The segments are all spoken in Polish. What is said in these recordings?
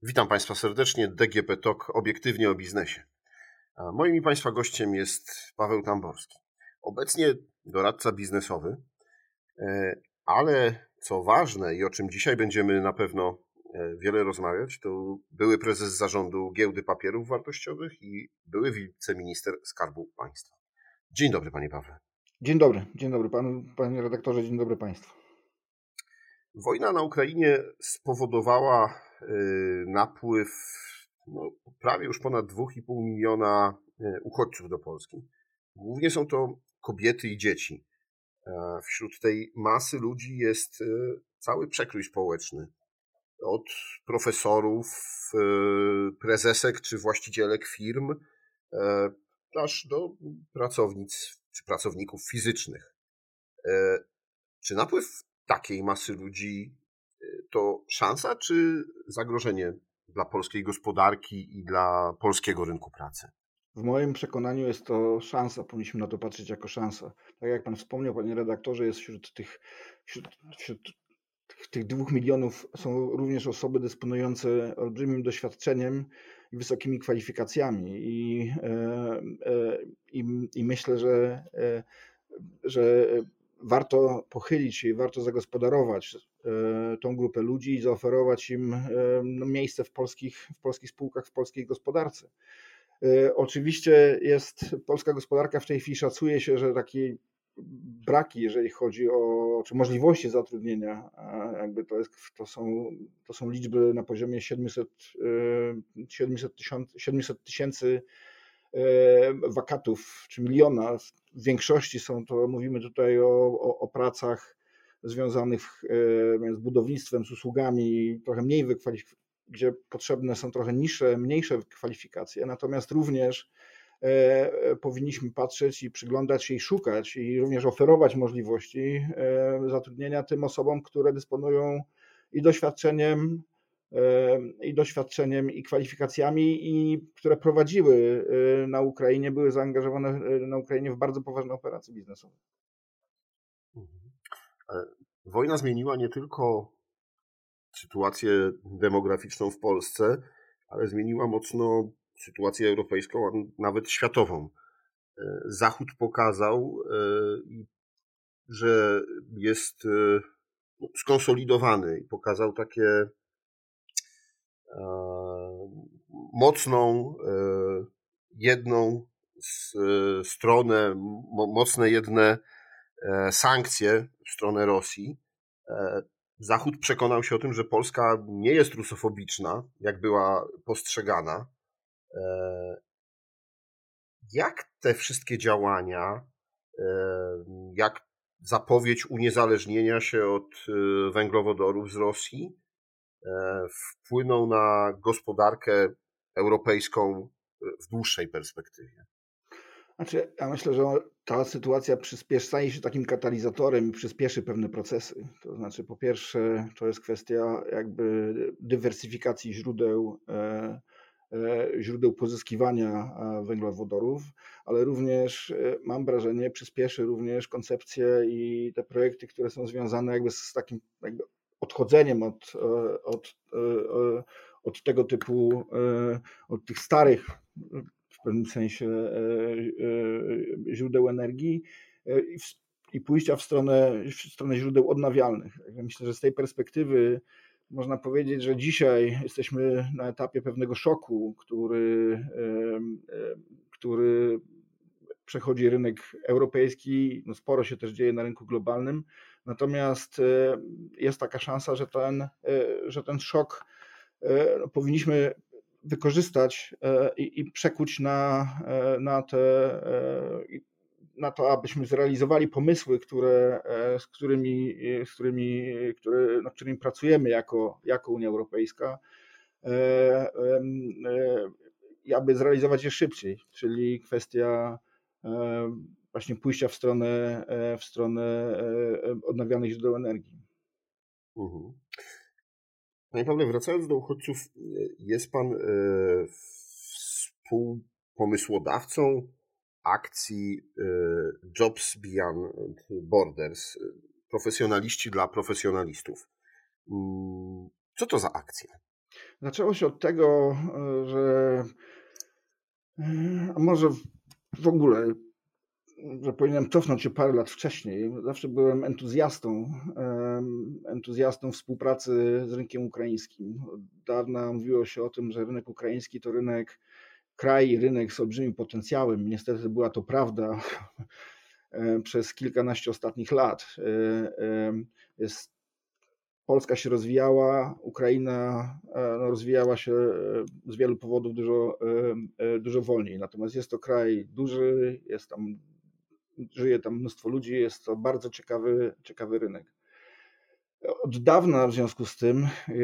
Witam Państwa serdecznie. DGP Talk, obiektywnie o biznesie. Moim i Państwa gościem jest Paweł Tamborski. Obecnie doradca biznesowy, ale co ważne i o czym dzisiaj będziemy na pewno wiele rozmawiać, to były prezes zarządu Giełdy Papierów Wartościowych i były wiceminister Skarbu Państwa. Dzień dobry, panie Pawle. Dzień dobry panu, panie redaktorze, dzień dobry państwu. Wojna na Ukrainie spowodowała napływ prawie już ponad 2,5 miliona uchodźców do Polski. Głównie są to kobiety i dzieci. Wśród tej masy ludzi jest cały przekrój społeczny. Od profesorów, prezesek czy właścicielek firm, aż do pracownic czy pracowników fizycznych. Czy napływ takiej masy ludzi to szansa czy zagrożenie dla polskiej gospodarki i dla polskiego rynku pracy? W moim przekonaniu jest to szansa, powinniśmy na to patrzeć jako szansa. Tak jak pan wspomniał, panie redaktorze, jest wśród tych 2 milionów są również osoby dysponujące olbrzymim doświadczeniem i wysokimi kwalifikacjami. I myślę, że warto pochylić się i warto zagospodarować tą grupę ludzi i zaoferować im miejsce w polskich spółkach, w polskiej gospodarce. Oczywiście polska gospodarka w tej chwili szacuje się, że takie braki, jeżeli chodzi czy możliwości zatrudnienia, jakby to są liczby na poziomie 700 tysięcy wakatów, czy miliona. W większości mówimy tutaj o pracach związanych z budownictwem, z usługami, trochę mniej gdzie potrzebne są trochę mniejsze kwalifikacje, natomiast również powinniśmy patrzeć i przyglądać się i szukać i również oferować możliwości zatrudnienia tym osobom, które dysponują i doświadczeniem i kwalifikacjami i które prowadziły na Ukrainie, były zaangażowane na Ukrainie w bardzo poważne operacje biznesowe. Wojna zmieniła nie tylko sytuację demograficzną w Polsce, ale zmieniła mocno sytuację europejską, a nawet światową. Zachód pokazał, że jest skonsolidowany i pokazał takie mocną jedną stronę, mocne jedne sankcje w stronę Rosji. Zachód przekonał się o tym, że Polska nie jest rusofobiczna, jak była postrzegana. Jak te wszystkie działania, jak zapowiedź uniezależnienia się od węglowodorów z Rosji wpłyną na gospodarkę europejską w dłuższej perspektywie? Znaczy, ja myślę, że ta sytuacja staje się takim katalizatorem i przyspieszy pewne procesy. To znaczy, po pierwsze, to jest kwestia jakby dywersyfikacji źródeł pozyskiwania węglowodorów, ale również mam wrażenie, przyspieszy również koncepcję i te projekty, które są związane jakby z takim jakby odchodzeniem od tego typu, od tych starych w pewnym sensie źródeł energii i pójścia w stronę źródeł odnawialnych. Myślę, że z tej perspektywy można powiedzieć, że dzisiaj jesteśmy na etapie pewnego szoku, który przechodzi rynek europejski, sporo się też dzieje na rynku globalnym, natomiast jest taka szansa, że ten szok powinniśmy wykorzystać i przekuć na to, abyśmy zrealizowali pomysły, nad którymi pracujemy jako Unia Europejska, i aby zrealizować je szybciej, czyli kwestia właśnie pójścia w stronę odnawialnych źródeł energii. Panie Pawle, wracając do uchodźców, jest pan współpomysłodawcą akcji Jobs Beyond Borders, profesjonaliści dla profesjonalistów. Co to za akcja? Zaczęło się od tego, że a może w ogóle, że powinienem cofnąć się parę lat wcześniej. Zawsze byłem entuzjastą współpracy z rynkiem ukraińskim. Od dawna mówiło się o tym, że rynek ukraiński to rynek z olbrzymim potencjałem. Niestety była to prawda przez kilkanaście ostatnich lat. Polska się rozwijała, Ukraina rozwijała się z wielu powodów dużo wolniej. Natomiast jest to kraj duży, żyje tam mnóstwo ludzi, jest to bardzo ciekawy rynek. Od dawna w związku z tym,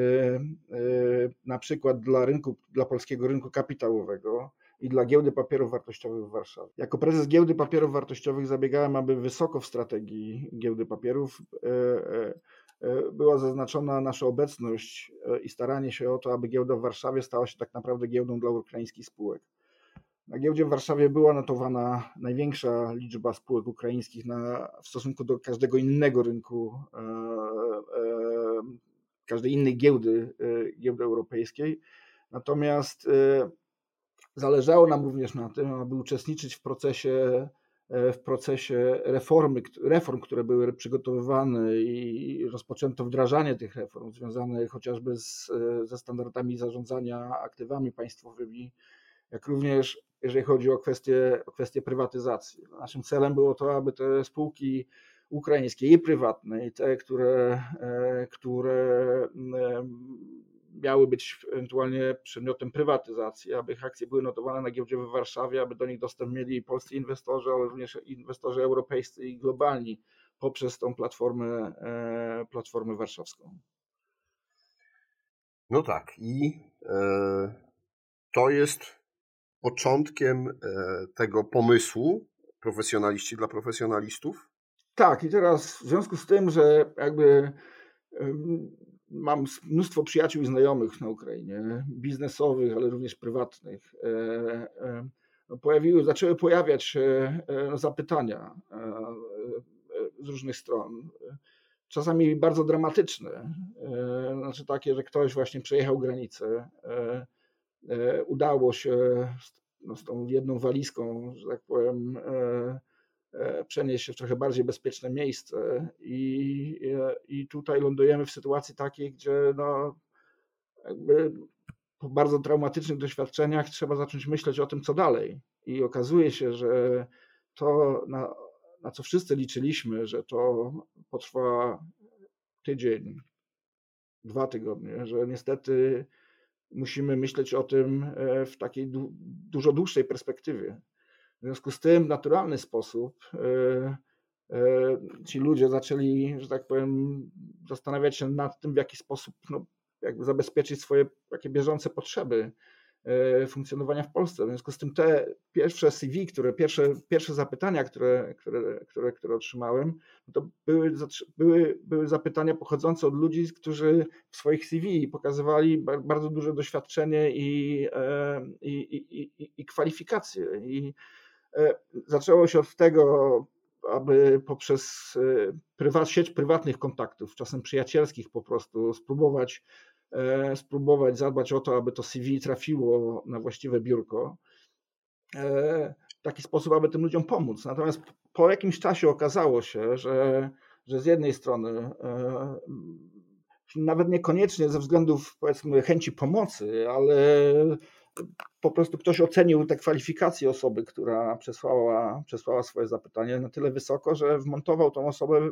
na przykład dla polskiego rynku kapitałowego i dla Giełdy Papierów Wartościowych w Warszawie. Jako prezes Giełdy Papierów Wartościowych zabiegałem, aby wysoko w strategii Giełdy Papierów była zaznaczona nasza obecność i staranie się o to, aby giełda w Warszawie stała się tak naprawdę giełdą dla ukraińskich spółek. Na giełdzie w Warszawie była notowana największa liczba spółek ukraińskich w stosunku do każdego innego rynku, każdej innej giełdy europejskiej. Natomiast zależało nam również na tym, aby uczestniczyć w procesie reform, które były przygotowywane i rozpoczęto wdrażanie tych reform związanych chociażby ze standardami zarządzania aktywami państwowymi, jak również jeżeli chodzi o kwestie prywatyzacji. Naszym celem było to, aby te spółki ukraińskie i prywatne, i te, które miały być ewentualnie przedmiotem prywatyzacji, aby ich akcje były notowane na giełdzie w Warszawie, aby do nich dostęp mieli polscy inwestorzy, ale również inwestorzy europejscy i globalni poprzez tą platformę warszawską. No tak, i to jest początkiem tego pomysłu profesjonaliści dla profesjonalistów? Tak, i teraz w związku z tym, że jakby mam mnóstwo przyjaciół i znajomych na Ukrainie, biznesowych, ale również prywatnych, zaczęły pojawiać się zapytania z różnych stron. Czasami bardzo dramatyczne, znaczy takie, że ktoś właśnie przejechał granicę, udało się z tą jedną walizką, że tak powiem, przenieść się w trochę bardziej bezpieczne miejsce i tutaj lądujemy w sytuacji takiej, gdzie jakby po bardzo traumatycznych doświadczeniach trzeba zacząć myśleć o tym, co dalej. I okazuje się, że to, na co wszyscy liczyliśmy, że to potrwa tydzień, 2 tygodnie, że niestety musimy myśleć o tym w takiej dużo dłuższej perspektywie. W związku z tym w naturalny sposób ci ludzie zaczęli, że tak powiem, zastanawiać się nad tym, w jaki sposób jakby zabezpieczyć swoje takie bieżące potrzeby funkcjonowania w Polsce. W związku z tym te pierwsze CV, pierwsze zapytania, które otrzymałem, to były zapytania pochodzące od ludzi, którzy w swoich CV pokazywali bardzo duże doświadczenie i kwalifikacje. I zaczęło się od tego, aby poprzez sieć prywatnych kontaktów, czasem przyjacielskich po prostu, spróbować zadbać o to, aby to CV trafiło na właściwe biurko, w taki sposób, aby tym ludziom pomóc. Natomiast po jakimś czasie okazało się, że z jednej strony nawet niekoniecznie ze względów, powiedzmy, chęci pomocy, ale po prostu ktoś ocenił te kwalifikacje osoby, która przesłała swoje zapytanie na tyle wysoko, że wmontował tą osobę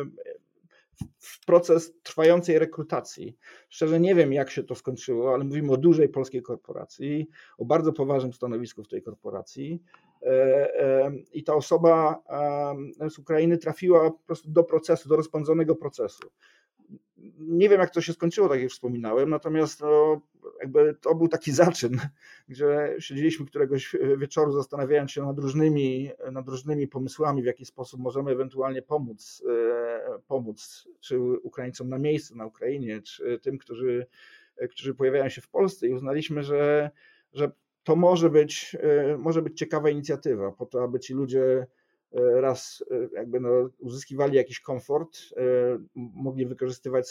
w proces trwającej rekrutacji. Szczerze nie wiem, jak się to skończyło, ale mówimy o dużej polskiej korporacji, o bardzo poważnym stanowisku w tej korporacji i ta osoba z Ukrainy trafiła po prostu do procesu, do rozpędzonego procesu. Nie wiem, jak to się skończyło, tak jak wspominałem, natomiast jakby to był taki zaczyn, gdzie siedzieliśmy któregoś wieczoru, zastanawiając się nad różnymi pomysłami, w jaki sposób możemy ewentualnie pomóc czy Ukraińcom na miejscu, na Ukrainie, czy tym, którzy pojawiają się w Polsce, i uznaliśmy, że to może być ciekawa inicjatywa po to, aby ci ludzie raz jakby uzyskiwali jakiś komfort, mogli wykorzystywać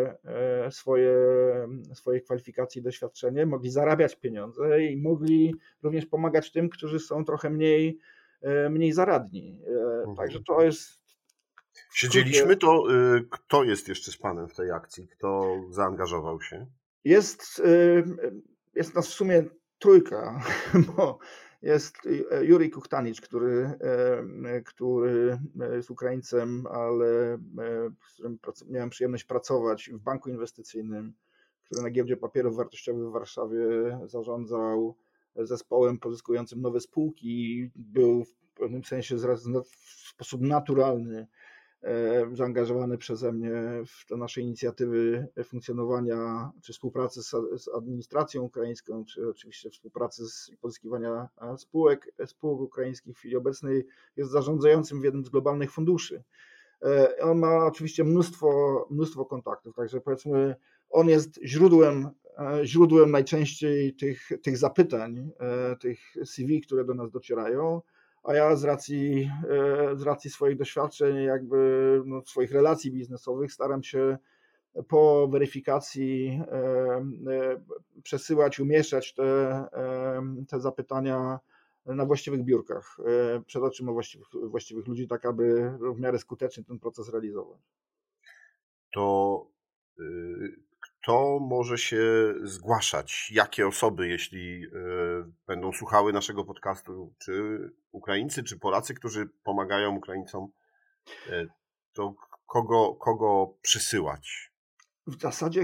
swoje kwalifikacje i doświadczenie, mogli zarabiać pieniądze i mogli również pomagać tym, którzy są trochę mniej zaradni. Także to jest... Siedzieliśmy, to kto jest jeszcze z panem w tej akcji? Kto zaangażował się? Jest nas w sumie trójka, bo jest Jurij Kuchtanicz, który jest Ukraińcem, ale z którym miałem przyjemność pracować w banku inwestycyjnym, który na Giełdzie Papierów Wartościowych w Warszawie zarządzał zespołem pozyskującym nowe spółki. Był w pewnym sensie w sposób naturalny zaangażowany przeze mnie w te nasze inicjatywy funkcjonowania czy współpracy z administracją ukraińską, czy oczywiście współpracy z pozyskiwania spółek ukraińskich. W chwili obecnej jest zarządzającym w jednym z globalnych funduszy. On ma oczywiście mnóstwo kontaktów, także powiedzmy on jest źródłem najczęściej tych zapytań, tych CV, które do nas docierają, a ja z racji swoich doświadczeń, swoich relacji biznesowych staram się po weryfikacji przesyłać, umieszczać te zapytania na właściwych biurkach, przed oczyma właściwych ludzi, tak aby w miarę skutecznie ten proces realizować. To kto może się zgłaszać? Jakie osoby, jeśli będą słuchały naszego podcastu? Czy Ukraińcy, czy Polacy, którzy pomagają Ukraińcom? To kogo przysyłać? W zasadzie,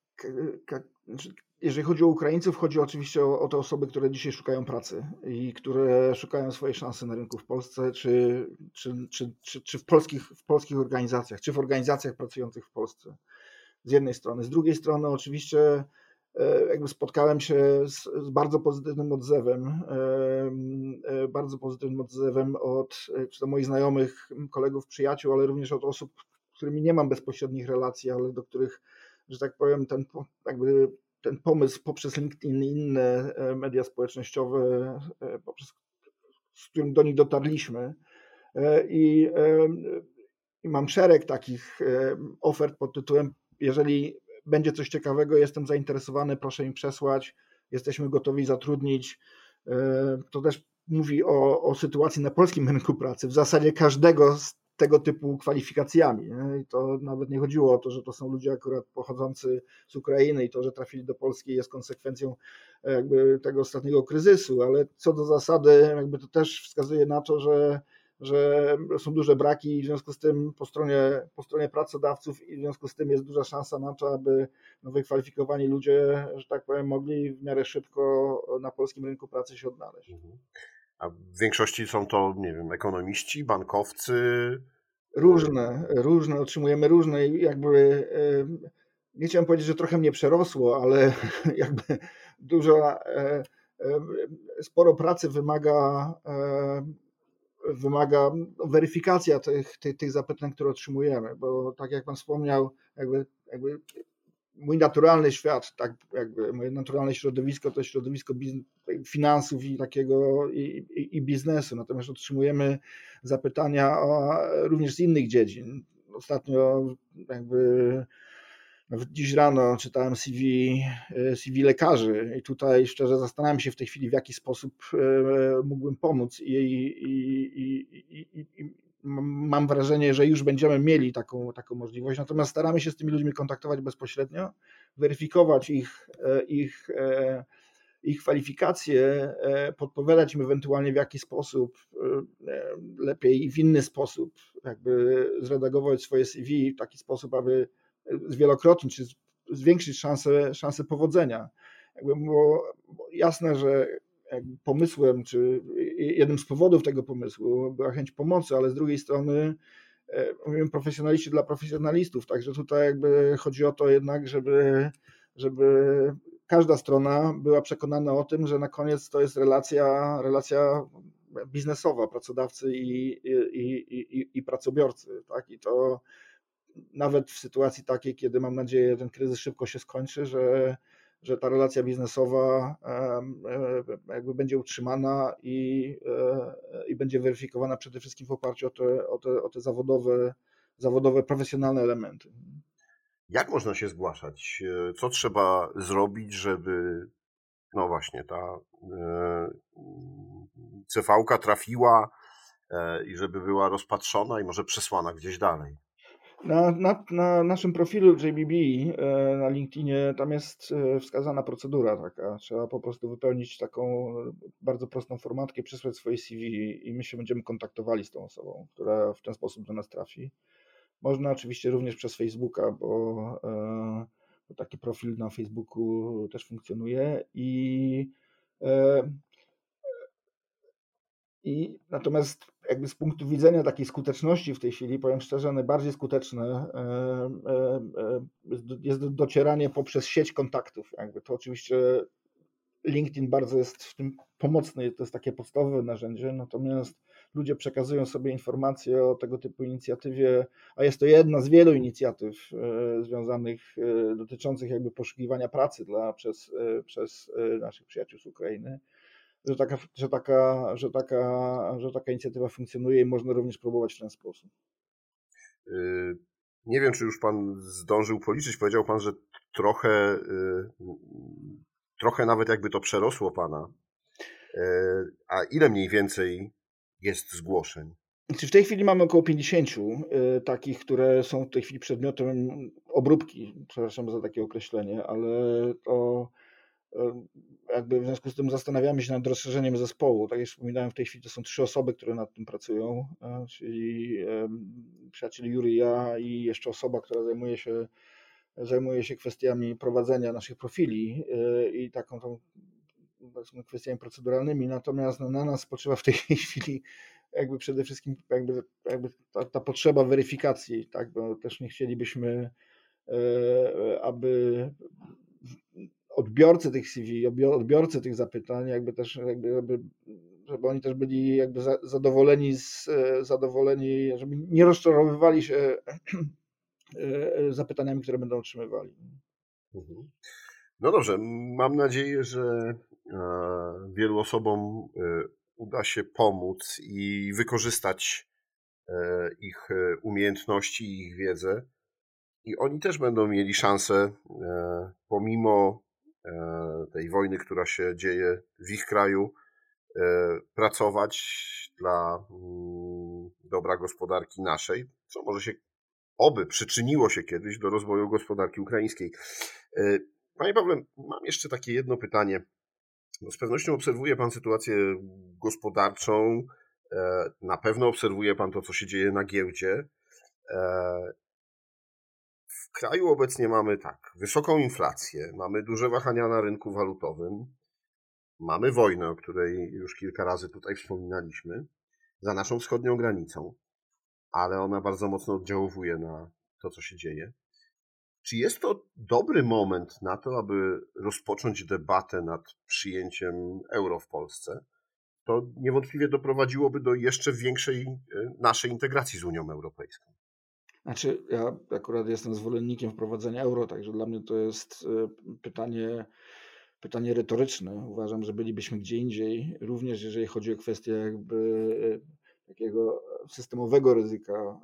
jeżeli chodzi o Ukraińców, chodzi oczywiście o te osoby, które dzisiaj szukają pracy i które szukają swojej szansy na rynku w Polsce, czy w polskich organizacjach, czy w organizacjach pracujących w Polsce. Z jednej strony. Z drugiej strony oczywiście spotkałem się z bardzo pozytywnym odzewem od czy to moich znajomych, kolegów, przyjaciół, ale również od osób, z którymi nie mam bezpośrednich relacji, ale do których, że tak powiem, ten pomysł poprzez LinkedIn i inne media społecznościowe, z którym do nich dotarliśmy. I mam szereg takich ofert pod tytułem: jeżeli będzie coś ciekawego, jestem zainteresowany, proszę mi przesłać, jesteśmy gotowi zatrudnić. To też mówi o sytuacji na polskim rynku pracy, w zasadzie każdego z tego typu kwalifikacjami. I to nawet nie chodziło o to, że to są ludzie akurat pochodzący z Ukrainy i to, że trafili do Polski jest konsekwencją tego ostatniego kryzysu, ale co do zasady to też wskazuje na to, że są duże braki i w związku z tym po stronie pracodawców i w związku z tym jest duża szansa na to, aby wykwalifikowani ludzie, że tak powiem, mogli w miarę szybko na polskim rynku pracy się odnaleźć. A w większości są to, nie wiem, ekonomiści, bankowcy? Różne, otrzymujemy różne i nie chciałem powiedzieć, że trochę mnie przerosło, ale sporo pracy wymaga weryfikacja tych zapytań, które otrzymujemy, bo tak jak pan wspomniał, mój naturalny świat, moje naturalne środowisko to jest środowisko finansów i biznesu, natomiast otrzymujemy zapytania również z innych dziedzin. Ostatnio nawet dziś rano czytałem CV lekarzy i tutaj szczerze zastanawiam się w tej chwili, w jaki sposób mógłbym pomóc i mam wrażenie, że już będziemy mieli taką możliwość, natomiast staramy się z tymi ludźmi kontaktować bezpośrednio, weryfikować ich kwalifikacje, podpowiadać im ewentualnie w jaki sposób lepiej i w inny sposób zredagować swoje CV w taki sposób, aby zwielokrotnić czy zwiększyć szanse powodzenia. Było jasne, że pomysłem, czy jednym z powodów tego pomysłu była chęć pomocy, ale z drugiej strony mówimy profesjonaliści dla profesjonalistów, także tutaj chodzi o to jednak, żeby każda strona była przekonana o tym, że na koniec to jest relacja biznesowa pracodawcy i pracobiorcy, tak? I to nawet w sytuacji takiej, kiedy mam nadzieję, ten kryzys szybko się skończy, że ta relacja biznesowa będzie utrzymana i będzie weryfikowana przede wszystkim w oparciu o te zawodowe, profesjonalne elementy. Jak można się zgłaszać? Co trzeba zrobić, żeby no właśnie ta CV-ka trafiła i żeby była rozpatrzona i może przesłana gdzieś dalej? Na naszym profilu JBB na LinkedInie tam jest wskazana procedura taka. Trzeba po prostu wypełnić taką bardzo prostą formatkę, przesłać swoje CV i my się będziemy kontaktowali z tą osobą, która w ten sposób do nas trafi. Można oczywiście również przez Facebooka, bo taki profil na Facebooku też funkcjonuje i natomiast jakby z punktu widzenia takiej skuteczności w tej chwili, powiem szczerze, najbardziej skuteczne jest docieranie poprzez sieć kontaktów. Jakby to oczywiście LinkedIn bardzo jest w tym pomocny, to jest takie podstawowe narzędzie, natomiast ludzie przekazują sobie informacje o tego typu inicjatywie, a jest to jedna z wielu inicjatyw związanych, dotyczących jakby poszukiwania pracy przez naszych przyjaciół z Ukrainy, że taka inicjatywa funkcjonuje i można również próbować w ten sposób. Nie wiem, czy już Pan zdążył policzyć. Powiedział Pan, że trochę nawet jakby to przerosło Pana. A ile mniej więcej jest zgłoszeń? W tej chwili mamy około 50 takich, które są w tej chwili przedmiotem obróbki, przepraszam za takie określenie, ale to jakby w związku z tym zastanawiamy się nad rozszerzeniem zespołu. Tak jak wspominałem, w tej chwili to są 3 osoby, które nad tym pracują, czyli przyjaciel Juri, ja i jeszcze osoba, która zajmuje się kwestiami prowadzenia naszych profili i taką tą kwestiami proceduralnymi, natomiast na nas spoczywa w tej chwili jakby przede wszystkim jakby ta potrzeba weryfikacji, tak, bo też nie chcielibyśmy, aby odbiorcy tych CV, odbiorcy tych zapytań, żeby oni też byli jakby zadowoleni, żeby nie rozczarowywali się zapytaniami, które będą otrzymywali. No dobrze, mam nadzieję, że wielu osobom uda się pomóc i wykorzystać ich umiejętności i ich wiedzę. I oni też będą mieli szansę, pomimo tej wojny, która się dzieje w ich kraju, pracować dla dobra gospodarki naszej, co może się oby przyczyniło się kiedyś do rozwoju gospodarki ukraińskiej. Panie Pawle, mam jeszcze takie jedno pytanie. No z pewnością obserwuje Pan sytuację gospodarczą, na pewno obserwuje Pan to, co się dzieje na giełdzie. W kraju obecnie mamy wysoką inflację, mamy duże wahania na rynku walutowym, mamy wojnę, o której już kilka razy tutaj wspominaliśmy, za naszą wschodnią granicą, ale ona bardzo mocno oddziałuje na to, co się dzieje. Czy jest to dobry moment na to, aby rozpocząć debatę nad przyjęciem euro w Polsce? To niewątpliwie doprowadziłoby do jeszcze większej naszej integracji z Unią Europejską. Znaczy, ja akurat jestem zwolennikiem wprowadzenia euro, także dla mnie to jest pytanie retoryczne. Uważam, że bylibyśmy gdzie indziej, również jeżeli chodzi o kwestię jakby takiego systemowego ryzyka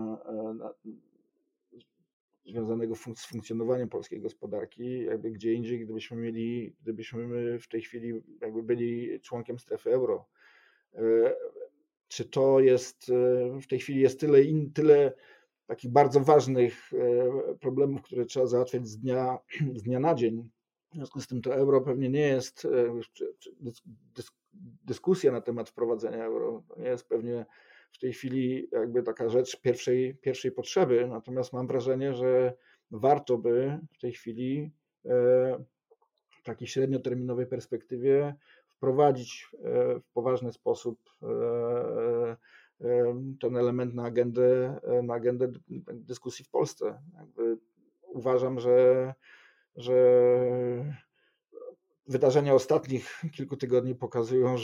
związanego z funkcjonowaniem polskiej gospodarki, jakby gdzie indziej, gdybyśmy w tej chwili jakby byli członkiem strefy euro. Czy to jest, w tej chwili jest tyle takich bardzo ważnych problemów, które trzeba załatwiać z dnia na dzień. W związku z tym to euro pewnie nie jest, dyskusja na temat wprowadzenia euro, to nie jest pewnie w tej chwili jakby taka rzecz pierwszej potrzeby, natomiast mam wrażenie, że warto by w tej chwili w takiej średnioterminowej perspektywie wprowadzić w poważny sposób ten element na agendę dyskusji w Polsce. Jakby uważam, że wydarzenia ostatnich kilku tygodni pokazują,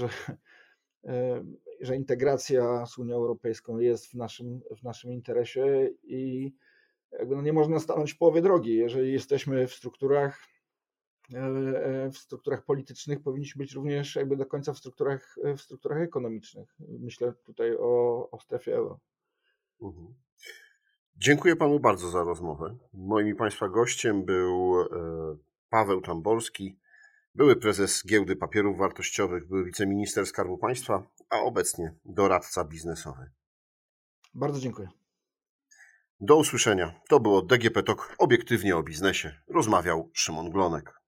że integracja z Unią Europejską jest w naszym interesie i jakby nie można stanąć w połowie drogi. Jeżeli jesteśmy w strukturach w strukturach politycznych, powinniśmy być również jakby do końca w strukturach ekonomicznych. Myślę tutaj o strefie euro. Mhm. Dziękuję panu bardzo za rozmowę. Moim i państwa gościem był Paweł Tamborski, były prezes Giełdy Papierów Wartościowych, były wiceminister Skarbu Państwa, a obecnie doradca biznesowy. Bardzo dziękuję. Do usłyszenia. To było DGP Talk, obiektywnie o biznesie. Rozmawiał Szymon Glonek.